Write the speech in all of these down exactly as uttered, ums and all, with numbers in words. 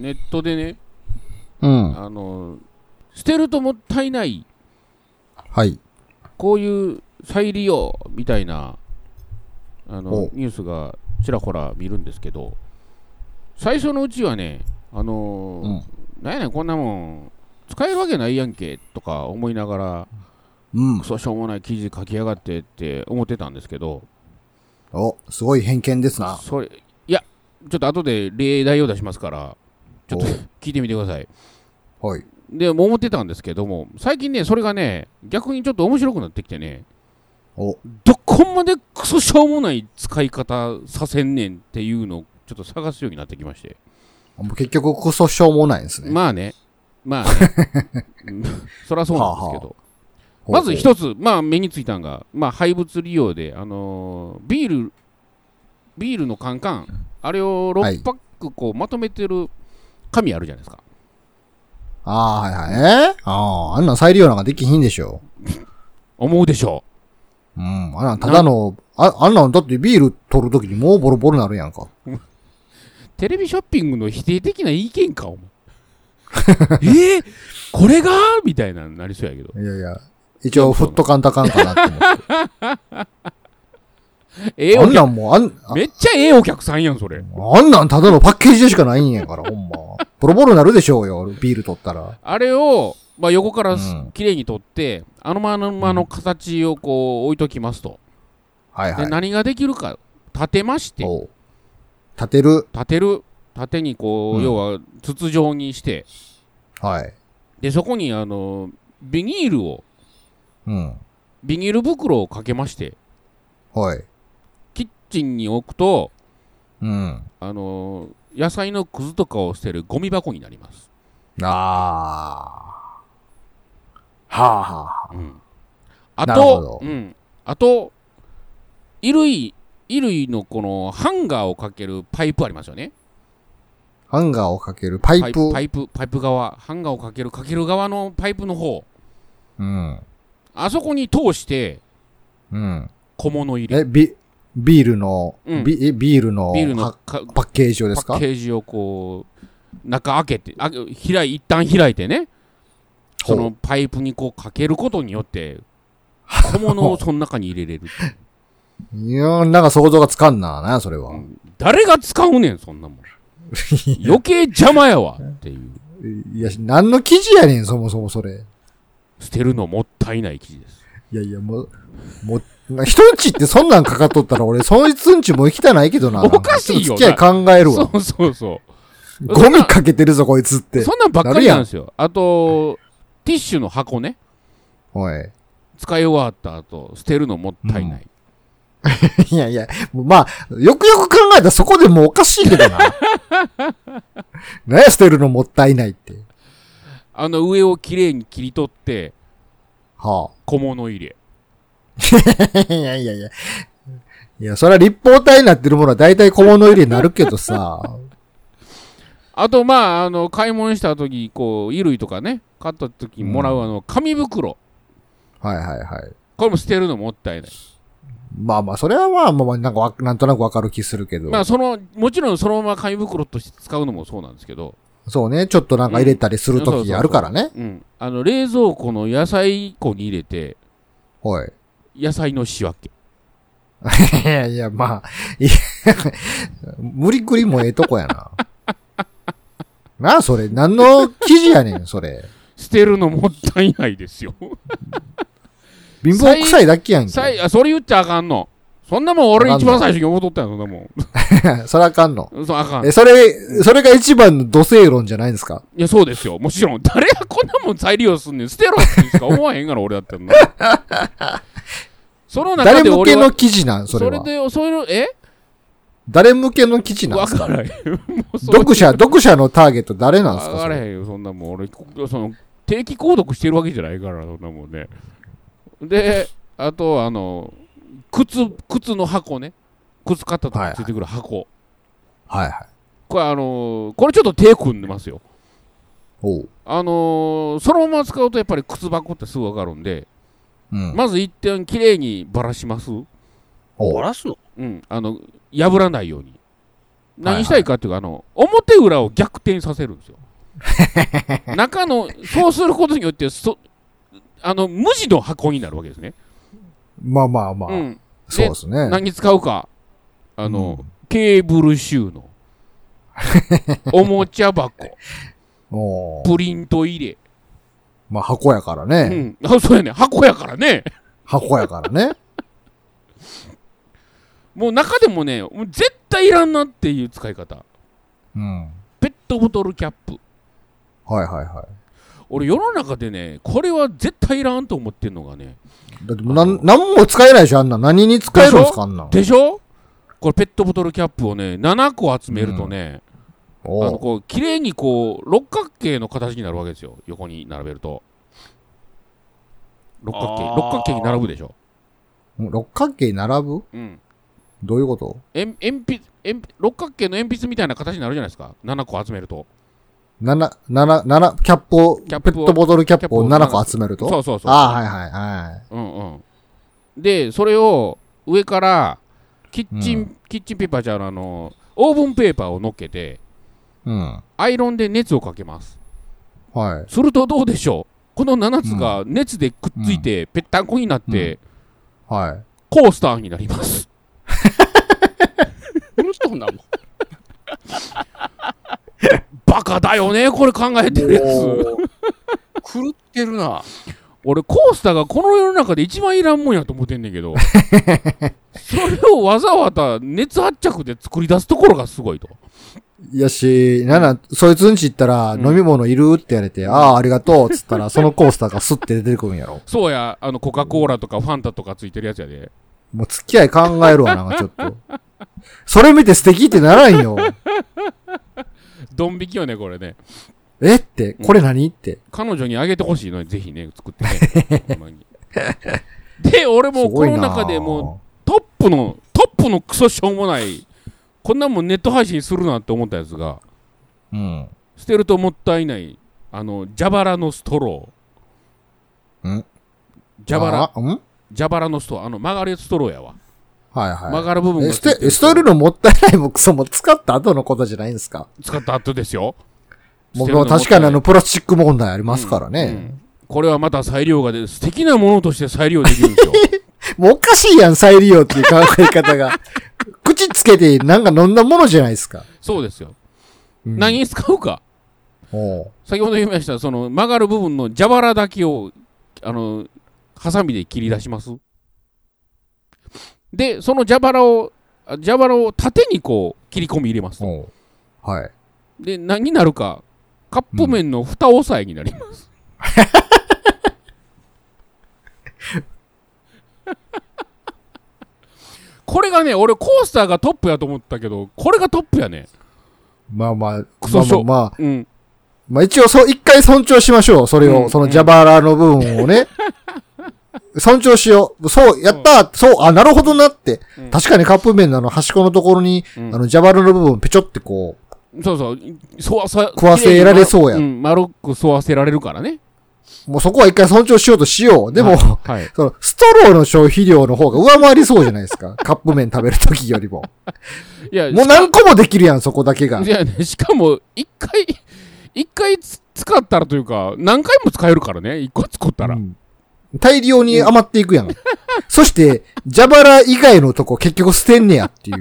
ネットでね、 うん。 あの捨てるともったいないはい。 こういう再利用みたいなあのニュースがちらほら見るんですけど、最初のうちはね、あのーうん、なんやねんこんなもん使えるわけないやんけとか思いながら、うん、クソしょうもない記事書きやがってって思ってたんですけど、 お、すごい偏見ですな。 それいや、ちょっと後で例題を出しますからちょっと聞いてみてください。 はい。 でも思ってたんですけども、最近ねそれがね逆にちょっと面白くなってきてね、おどこまでクソしょうもない使い方させんねんっていうのをちょっと探すようになってきまして、 もう結局クソしょうもないですね。 まあねまあねそりゃそうなんですけど、はあ、まず一つ、まあ、目についたのが、まあ、廃物利用で、あのー、ビールビールのカンカンあれをろっパックこうまとめてる紙あるじゃないですか。 ああ、はいはい。えー、ああ、あんなん再利用なんかできひんでしょ。 思うでしょう。うん。あんなんただの、あ、あんなんだってビール取るときにもうボロボロなるやんか。 テレビショッピングの否定的な意見か、お前。えー、これがみたいななりそうやけど。 いやいや、一応フットカンタカンかなって思って。 ええお客もあんめっちゃええお客さんやん、それ。 あんなんただのパッケージでしかないんやから、ほんま。ボロボロなるでしょうよ、ビール取ったら。 あれを、まあ、横からきれいに取って、うん、あのままの形をこう置いときますと。はいはい。で、何ができるか、立てまして。 立てる。 立てる。縦にこう、うん、要は筒状にして。はい。で、そこにあの、ビニールを、うん。ビニール袋をかけまして。はい。キッチンに置くと、うん、あのー、野菜のくずとかを捨てるゴミ箱になります。ああ。はあはあ。うん。あと、うん。あと、衣類、衣類のこのハンガーをかけるパイプありますよね。 ハンガーをかけるパイプパイプ、パイプ側。ハンガーをかける、かける側のパイプの方。うん。あそこに通して、うん。小物入れ。 え、ビ、ビールの、うん、ビ, ビールの、ビールのパッケージをですか？ パッケージをこう、中開けて、あ開い、一旦開いてね、そのパイプにこうかけることによって、小物をその中に入れれる。 いやー、なんか想像がつかんな、な、それは。うん、 誰が使うねん、そんなもん。余計邪魔やわ、っていう。 いや、何の記事やねん、そもそもそれ。 捨てるのもったいない記事です。 いやいや、もう、もう、人んちってそんなんかかっとったら俺、そいつんちも行きたないけどな。 おかしいよな。 付き合い考えるわ。 そうそうそう。 ゴミかけてるぞ、こいつって。 そんなんばっかりなんですよ。あと、ティッシュの箱ね。 おい。 使い終わった後、捨てるのもったいない。 うん、いやいや、まあ、よくよく考えたらそこでもうおかしいけどな。ね、捨てるのもったいないって。 あの上をきれいに切り取って、 はあ、 小物入れ。 いやいやいや。いや、それは立方体になってるものは大体小物入れになるけどさ。 あと、まあ、あの、買い物した時、こう、衣類とかね、買った時にもらう、うん、あの、紙袋。 はいはいはい。 これも捨てるのもったいない。 まあまあ、それはまあまあ、なんか、なんとなくわかる気するけど。 まあ、その、もちろんそのまま紙袋として使うのもそうなんですけど。 そうね、ちょっとなんか入れたりするときあるからね。 うん。あの、冷蔵庫の野菜庫に入れて、 はい。 野菜の仕分け。 いやいや、まあ、いや無理くりもええとこやな。なあ、それ、何の記事やねん、それ。 捨てるのもったいないですよ。 貧乏臭いだけやんけ。 さいあ、それ言っちゃあかんの。そんなもん俺一番最初に思っとったんや、そんなもん。 それあかんの。 そう、あかん。 え、それ、それが一番の土星論じゃないんですか？ いや、そうですよ。もちろん。誰がこんなもん再利用すんねん。捨てろってしか思わへんから、俺だってんの。その中で俺は。誰向けの記事なんそれは。 それで、そういうの、え誰向けの記事なんですか？ わからへん。 読者、読者のターゲット誰なんですか？ わからへんよ、そんなもん。俺、その、定期購読してるわけじゃないから、そんなもんね。で、あと、あの、靴、靴の箱ね。靴買った時についてくる箱。 はいはい。 これ、あのー、これちょっと手組んでますよ。 おう。 あのー、そのまま使うとやっぱり靴箱ってすぐわかるんで、うん、まず一点きれいにばらします。 ばらすの？ うん。あの、破らないように。 何したいかっていうか、はいはい、あの、表裏を逆転させるんですよ。中の、そうすることによって、そ、あの、無地の箱になるわけですね。 まあまあまあ。うん、そうですね。 何に使うか。あの、うん、ケーブル収納。おもちゃ箱。プリント入れ。 まあ箱やからね。 うん。あ、そうやね。箱やからね。 箱やからね。 もう中でもね、絶対いらんなっていう使い方。うん。ペットボトルキャップ。 はいはいはい。 俺世の中でね、これは絶対いらんと思ってんのがね。 だってな、なんも使えないでしょ、あんな。何に使えるんですか、あんな。 でしょこれペットボトルキャップをね、ななこ集めるとね、うん、あの、こう、綺麗にこう、六角形の形になるわけですよ。横に並べると。六角形、六角形に並ぶでしょ。 六角形に並ぶ？うん。どういうこと？ えん鉛筆、鉛六角形の鉛筆みたいな形になるじゃないですか。ななこ集めると。 なな、なな、なな、キャップを、ペットボトルキャップをななこ集めると？ そうそうそう。 ああ、はいはいはい。 うんうん。で、それを上から、キッチン、うん、キッチンペーパーじゃあの、オーブンペーパーを乗っけて、うん。アイロンで熱をかけます。はい。するとどうでしょう？このななつが熱でくっついて、ぺったんこになって、うんうん、はい。コースターになります。そんなもん。バカだよね、これ考えてるやつ。 狂ってるな。 俺、コースターがこの世の中で一番いらんもんやと思ってんねんけど、それをわざわざ熱発着で作り出すところがすごいと。 いやし、なんなん、そいつんち行ったら、飲み物いるって言われて、うん、ああ、ありがとうっつったら、そのコースターがスッて出てくるんやろ。 そうや、あの、コカ・コーラとかファンタとかついてるやつやで。 もう付き合い考えるわ、なんかちょっと。それ見て素敵ってならんよ。 ドン引きよね、これね。 えって、これ何、うん、って。 彼女にあげてほしいのに、ぜひね、作ってね。で、俺もこの中でもう、トップの、トップのクソしょうもない、こんなもんネット配信するなって思ったやつが、うん。捨てるともったいない、あの、蛇腹のストロー。ん蛇腹。ん蛇腹のストロー。あの、曲がるストローやわ。 はいはい。 曲がる部分が捨て、捨てるのもったいないもクソも使った後のことじゃないんですか？ 使った後ですよ。 もう確かにあの、プラスチック問題ありますからね。うんうん、 これはまた再利用がで、素敵なものとして再利用できるんですよ。 もうおかしいやん、再利用っていう考え方が。口つけてなんか飲んだものじゃないですか。 そうですよ。うん、何に使うか。先ほど言いました、その曲がる部分の蛇腹だけを、あの、ハサミで切り出します。で、その蛇腹を、蛇腹を縦にこう、切り込み入れます。 はい。 で、何になるか、カップ麺の蓋押さえになります。うん、これがね、俺コースターがトップやと思ったけど、これがトップやね。 まあまあ、 クソショー。 まあ、まあ、うん。まあ一応そう、一回尊重しましょう。それを、うん、その蛇腹の部分をね。尊重しよう。そう、やったー、うん、そう、あ、なるほどなって。うん、確かにカップ麺のあの端っこのところに、うん、あの蛇腹の部分ペチョってこう。そうそう。そう、さ、 食わせられそうや。 うん、丸く沿わせられるからね。 もうそこは一回尊重しようとしよう。でも、はいはい、その、ストローの消費量の方が上回りそうじゃないですか。カップ麺食べるときよりも。いや、もう何個もできるやん、そこだけが。 いやね、しかも、一回、一回使ったらというか、何回も使えるからね。一個作ったら。うん、 大量に余っていくやん。うん、そして、蛇腹以外のとこ結局捨てんねやっていう。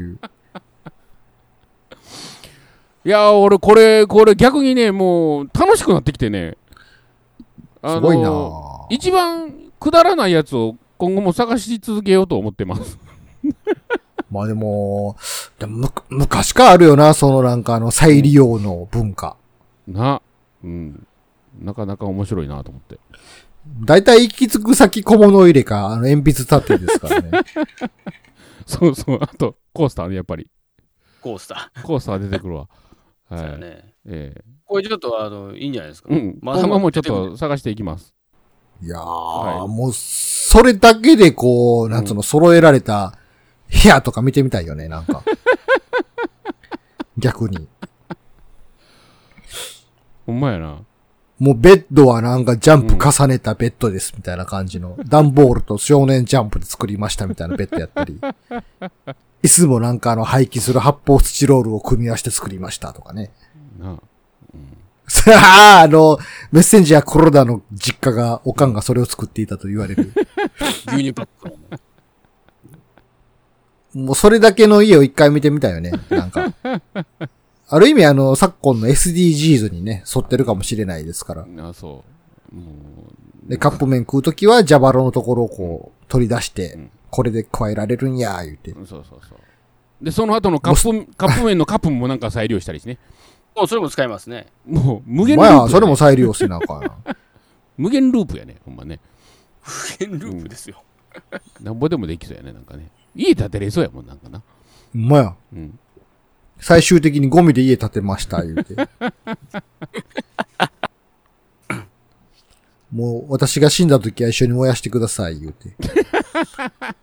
いやー、俺これ、これ逆にね、もう楽しくなってきてね。 すごいな一番くだらないやつを今後も探し続けようと思ってます。 まあでも、でもむ昔からあるよな、そのなんかあの再利用の文化。 な、うん。なかなか面白いなと思って。 だいたい行き着く先小物入れか、あの鉛筆立てですからね。 そうそう、あとコースターね、やっぱり。 コースター。コースター出てくるわ。 はい。そうね。ええ。これちょっとあの、いいんじゃないですか。 うん。まだもうちょっと探していきます。 いやー、はい、もう、それだけでこう、なんつうの、揃えられた部屋とか見てみたいよね、なんか。逆に。 ほんまやな。 もうベッドはなんかジャンプ重ねたベッドです、みたいな感じの。段ボールと少年ジャンプで作りましたみたいなベッドやったり。 椅子もなんかあの廃棄する発泡スチロールを組み合わせて作りましたとかね。なあ。うん、さあ、あの、メッセンジャーコロダの実家が、おかんがそれを作っていたと言われる。 牛乳パック。 もうそれだけの家を一回見てみたいよね。なんか。ある意味あの、昨今の エスディージーズ にね、沿ってるかもしれないですから。 あ、そう。もうで、カップ麺食うときは、ジャバロのところをこう、取り出して、うん、これで加えられるんや、言うて。そうそうそう。 で、その後のカップ、カップ麺のカップもなんか再利用したりしてね。 もうそれも使いますね。 もう、無限ループ、 ね。まあ、それも再利用せなあかんや。 無限ループやね、ほんまね。 無限ループですよ。 うん、なんぼでもできそうやね、なんかね。家建てれそうやもん、なんかな。 ほんまや。うん。最終的にゴミで家建てました、言うて。もう、私が死んだ時は一緒に燃やしてください、言うて。